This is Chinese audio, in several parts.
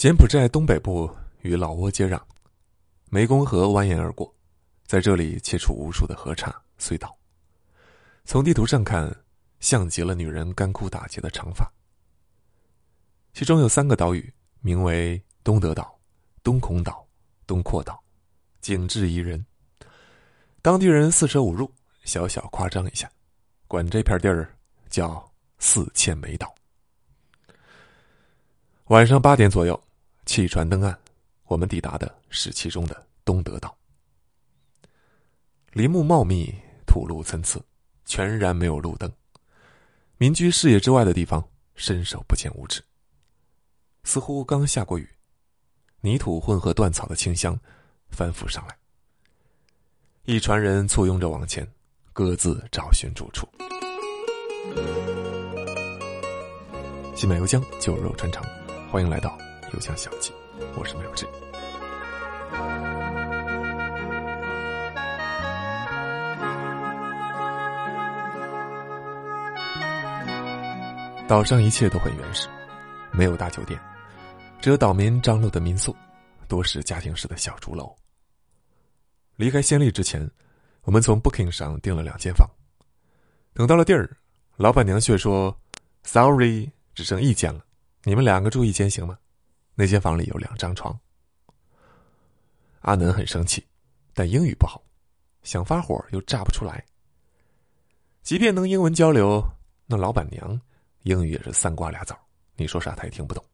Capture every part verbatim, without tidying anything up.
柬埔寨东北部与老挝接壤，湄公河蜿蜒而过，在这里切出无数的河岔隧道。从地图上看，像极了女人干枯打结的长发。其中有三个岛屿，名为东德岛、东孔岛、东阔岛，景致宜人。当地人四舍五入，小小夸张一下，管这片地儿叫四千枚岛。晚上八点左右，弃船登岸，我们抵达的是其中的东德岛。林木茂密，土路参差，全然没有路灯，民居视野之外的地方伸手不见五指。似乎刚下过雨，泥土混合断草的清香翻覆上来。一船人簇拥着往前，各自找寻住处。西满油浆，酒肉穿肠，欢迎来到油浆小记，我是麦有志。岛上一切都很原始，没有大酒店，只有岛民张罗的民宿，多是家庭式的小竹楼。离开暹粒之前，我们从 Booking 上订了两间房。等到了地儿，老板娘却说 Sorry， 只剩一间了，你们两个住一间行吗？那间房里有两张床。阿南很生气，但英语不好，想发火又炸不出来。即便能英文交流，那老板娘英语也是三瓜俩枣，你说啥他也听不懂。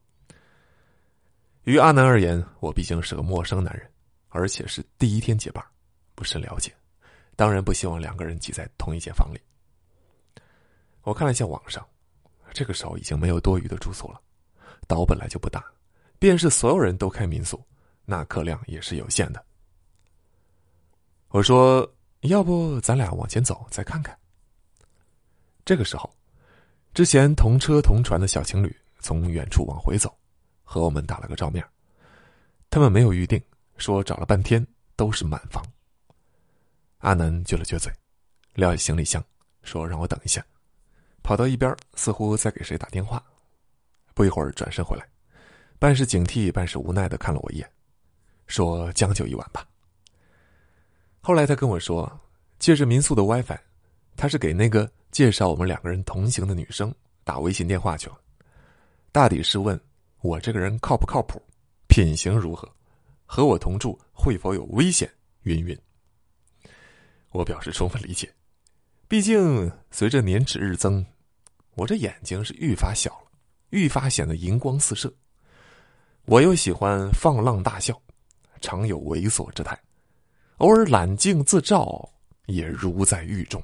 于阿南而言，我毕竟是个陌生男人，而且是第一天结伴，不甚了解，当然不希望两个人挤在同一间房里。我看了一下网上，这个时候已经没有多余的住宿了，岛本来就不大，便是所有人都开民宿，那客量也是有限的。我说要不咱俩往前走再看看。这个时候，之前同车同船的小情侣从远处往回走，和我们打了个照面。他们没有预定，说找了半天都是满房。阿南撅了撅嘴，撂下行李箱，说让我等一下，跑到一边似乎在给谁打电话。不一会儿转身回来，半是警惕半是无奈地看了我一眼，说将就一晚吧。后来他跟我说，借着民宿的 WiFi， 他是给那个介绍我们两个人同行的女生打微信电话去了，大抵是问我这个人靠不靠谱，品行如何，和我同住会否有危险，云云。我表示充分理解，毕竟随着年齿日增，我这眼睛是愈发小了，愈发显得银光四射。我又喜欢放浪大笑，常有猥琐之态，偶尔揽镜自照，也如在狱中。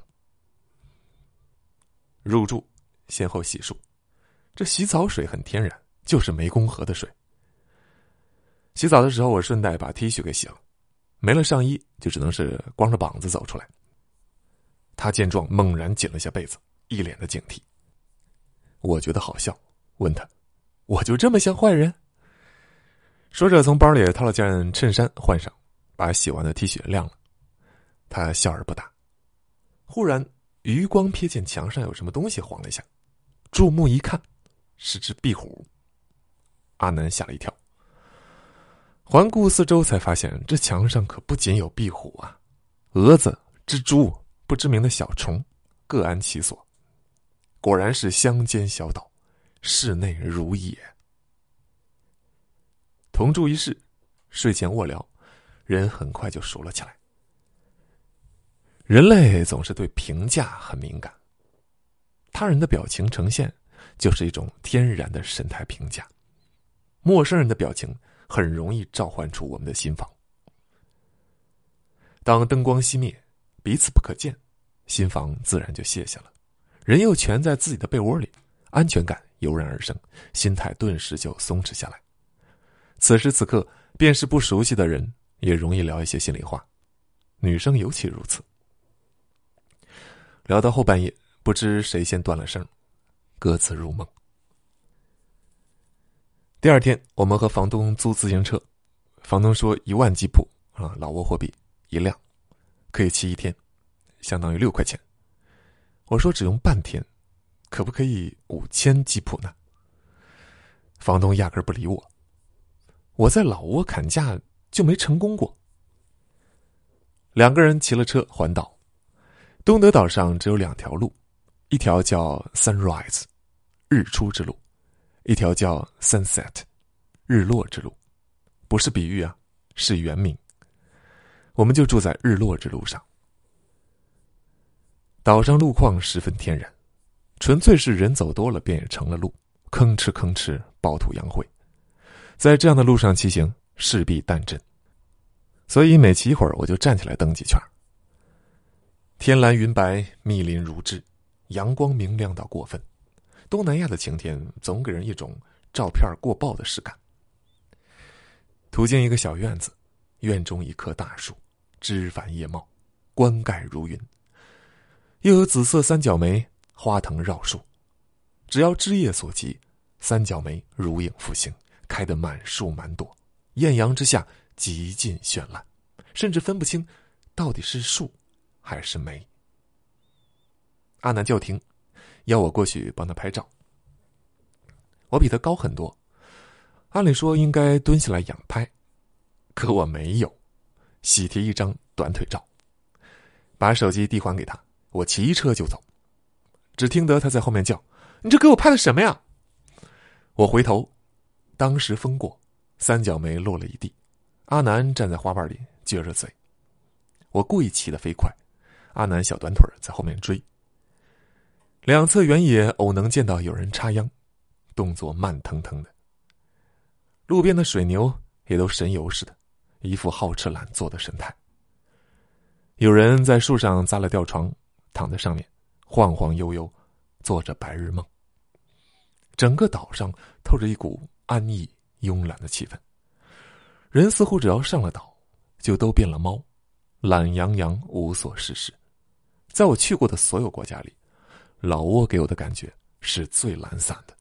入住，先后洗漱，这洗澡水很天然，就是湄公河的水。洗澡的时候，我顺带把 T 恤给洗了，没了上衣，就只能是光着膀子走出来。他见状猛然紧了下被子，一脸的警惕。我觉得好笑，问他，我就这么像坏人？说着从包里掏了件衬衫换上，把洗完的 T 恤晾了。他笑而不答。忽然余光瞥见墙上有什么东西晃了一下，注目一看，是只壁虎。阿南吓了一跳，环顾四周才发现这墙上可不仅有壁虎啊，蛾子、蜘蛛、不知名的小虫各安其所，果然是乡间小岛，室内如野。同住一室，睡前卧聊，人很快就熟了起来。人类总是对评价很敏感，他人的表情呈现就是一种天然的神态评价，陌生人的表情很容易召唤出我们的心房。当灯光熄灭，彼此不可见，心房自然就卸下了，人又蜷在自己的被窝里，安全感油然而生，心态顿时就松弛下来。此时此刻，便是不熟悉的人，也容易聊一些心里话，女生尤其如此。聊到后半夜，不知谁先断了声，各自入梦。第二天，我们和房东租自行车，房东说一万吉普啊，老挝货币一辆，可以骑一天，相当于六块钱。我说只用半天，可不可以五千吉普呢？房东压根不理我， 我在老挝砍价就没成功过。两个人骑了车环岛，东德岛上只有两条路，一条叫 Sunrise 日出之路，一条叫 Sunset 日落之路，不是比喻啊，是原名。我们就住在日落之路上。岛上路况十分天然，纯粹是人走多了便也成了路，吭哧吭哧，暴土扬灰。在这样的路上骑行势必蛋震，所以每骑一会儿我就站起来蹬几圈。天蓝云白，密林如织，阳光明亮到过分。东南亚的晴天总给人一种照片过曝的视感。途经一个小院子，院中一棵大树，枝繁叶茂，冠盖如云，又有紫色三角梅花藤绕树，只要枝叶所及，三角梅如影复形，开得满树满朵，艳阳之下极尽绚烂，甚至分不清到底是树还是梅。阿南叫停，要我过去帮他拍照。我比他高很多，按理说应该蹲下来仰拍，可我没有，喜提一张短腿照，把手机递还给他，我骑车就走。只听得他在后面叫：“你这给我拍的什么呀？”我回头，当时风过，三角梅落了一地，阿南站在花瓣里撅着嘴。我故意骑得飞快，阿南小短腿在后面追。两侧原野偶能见到有人插秧，动作慢腾腾的。路边的水牛也都神游似的，一副好吃懒做的神态。有人在树上扎了吊床，躺在上面晃晃悠悠，做着白日梦。整个岛上透着一股安逸慵懒的气氛，人似乎只要上了岛就都变了猫，懒洋洋无所事事。在我去过的所有国家里，老挝给我的感觉是最懒散的。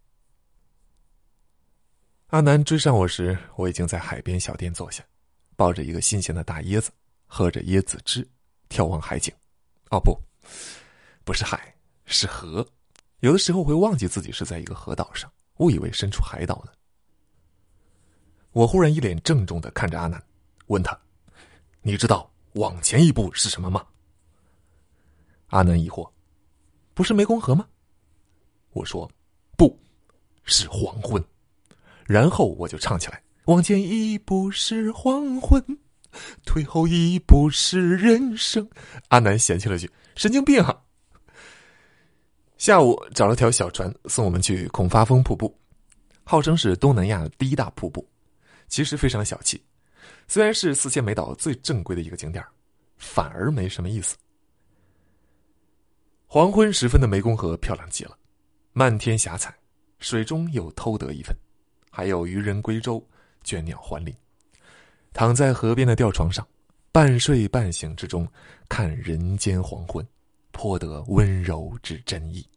阿南追上我时，我已经在海边小店坐下，抱着一个新鲜的大椰子，喝着椰子汁，眺望海景。哦不，不是海，是河。有的时候会忘记自己是在一个河岛上，误以为身处海岛呢。我忽然一脸郑重地看着阿南，问他：“你知道往前一步是什么吗？”阿南疑惑：“不是湄公河吗？”我说：“不，是黄昏。”然后我就唱起来：“往前一步是黄昏，退后一步是人生。”阿南嫌弃了句：“神经病啊！”下午找了条小船送我们去孔发峰瀑布，号称是东南亚第一大瀑布，其实非常小气。虽然是四千美岛最正规的一个景点，反而没什么意思。黄昏时分的湄公河漂亮极了，漫天霞彩，水中有偷得一分，还有渔人归舟，倦鸟还林。躺在河边的吊床上，半睡半醒之中，看人间黄昏，颇得温柔之真意。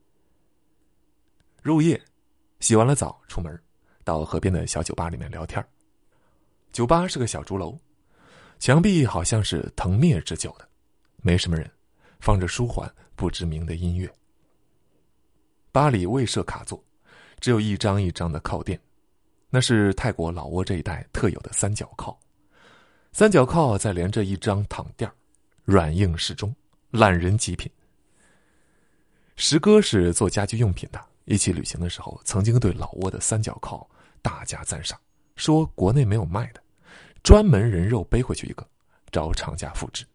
入夜，洗完了澡出门，到河边的小酒吧里面聊天。酒吧是个小竹楼，墙壁好像是藤篾织就的，没什么人，放着舒缓不知名的音乐。吧里未设卡座，只有一张一张的靠垫，那是泰国老挝这一带特有的三角靠。三角靠再连着一张躺垫，软硬适中，懒人极品。石哥是做家居用品的，一起旅行的时候曾经对老挝的三角靠大加赞赏，说国内没有卖的，专门人肉背回去一个，找厂家复制。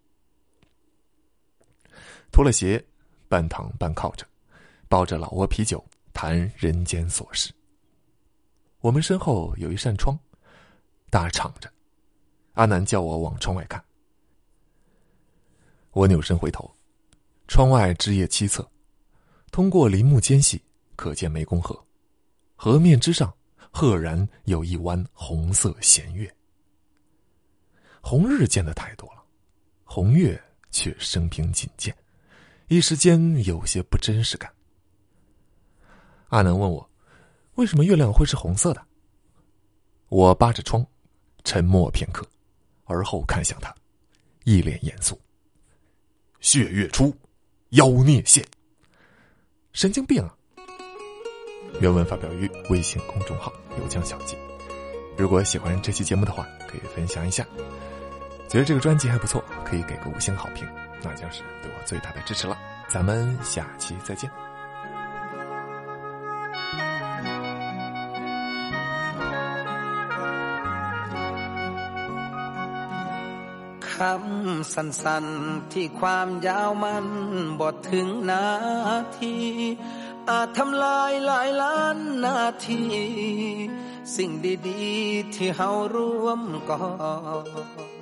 脱了鞋，半躺半靠着，抱着老挝啤酒谈人间琐事。我们身后有一扇窗，大敞着，阿南叫我往窗外看。我扭身回头，窗外枝叶七侧，通过林木间隙可见湄公河，河面之上赫然有一弯红色弦月。红日见得太多了，红月却生平仅见，一时间有些不真实感。阿南问我，为什么月亮会是红色的？我扒着窗，沉默片刻，而后看向他，一脸严肃。血月出，妖孽现。神经病啊！原文发表于微信公众号有江小记。 如果喜欢这期节目的话，可以分享一下。觉得这个专辑还不错，可以给个五星好评，那将是对我最大的支持了。咱们下期再见。 คำสั้นๆที่ความยาวมันบ่ถึงนาทีอาจทำลายหลายล้านนาทีสิ่งดีๆที่เฮาร่วมก่อ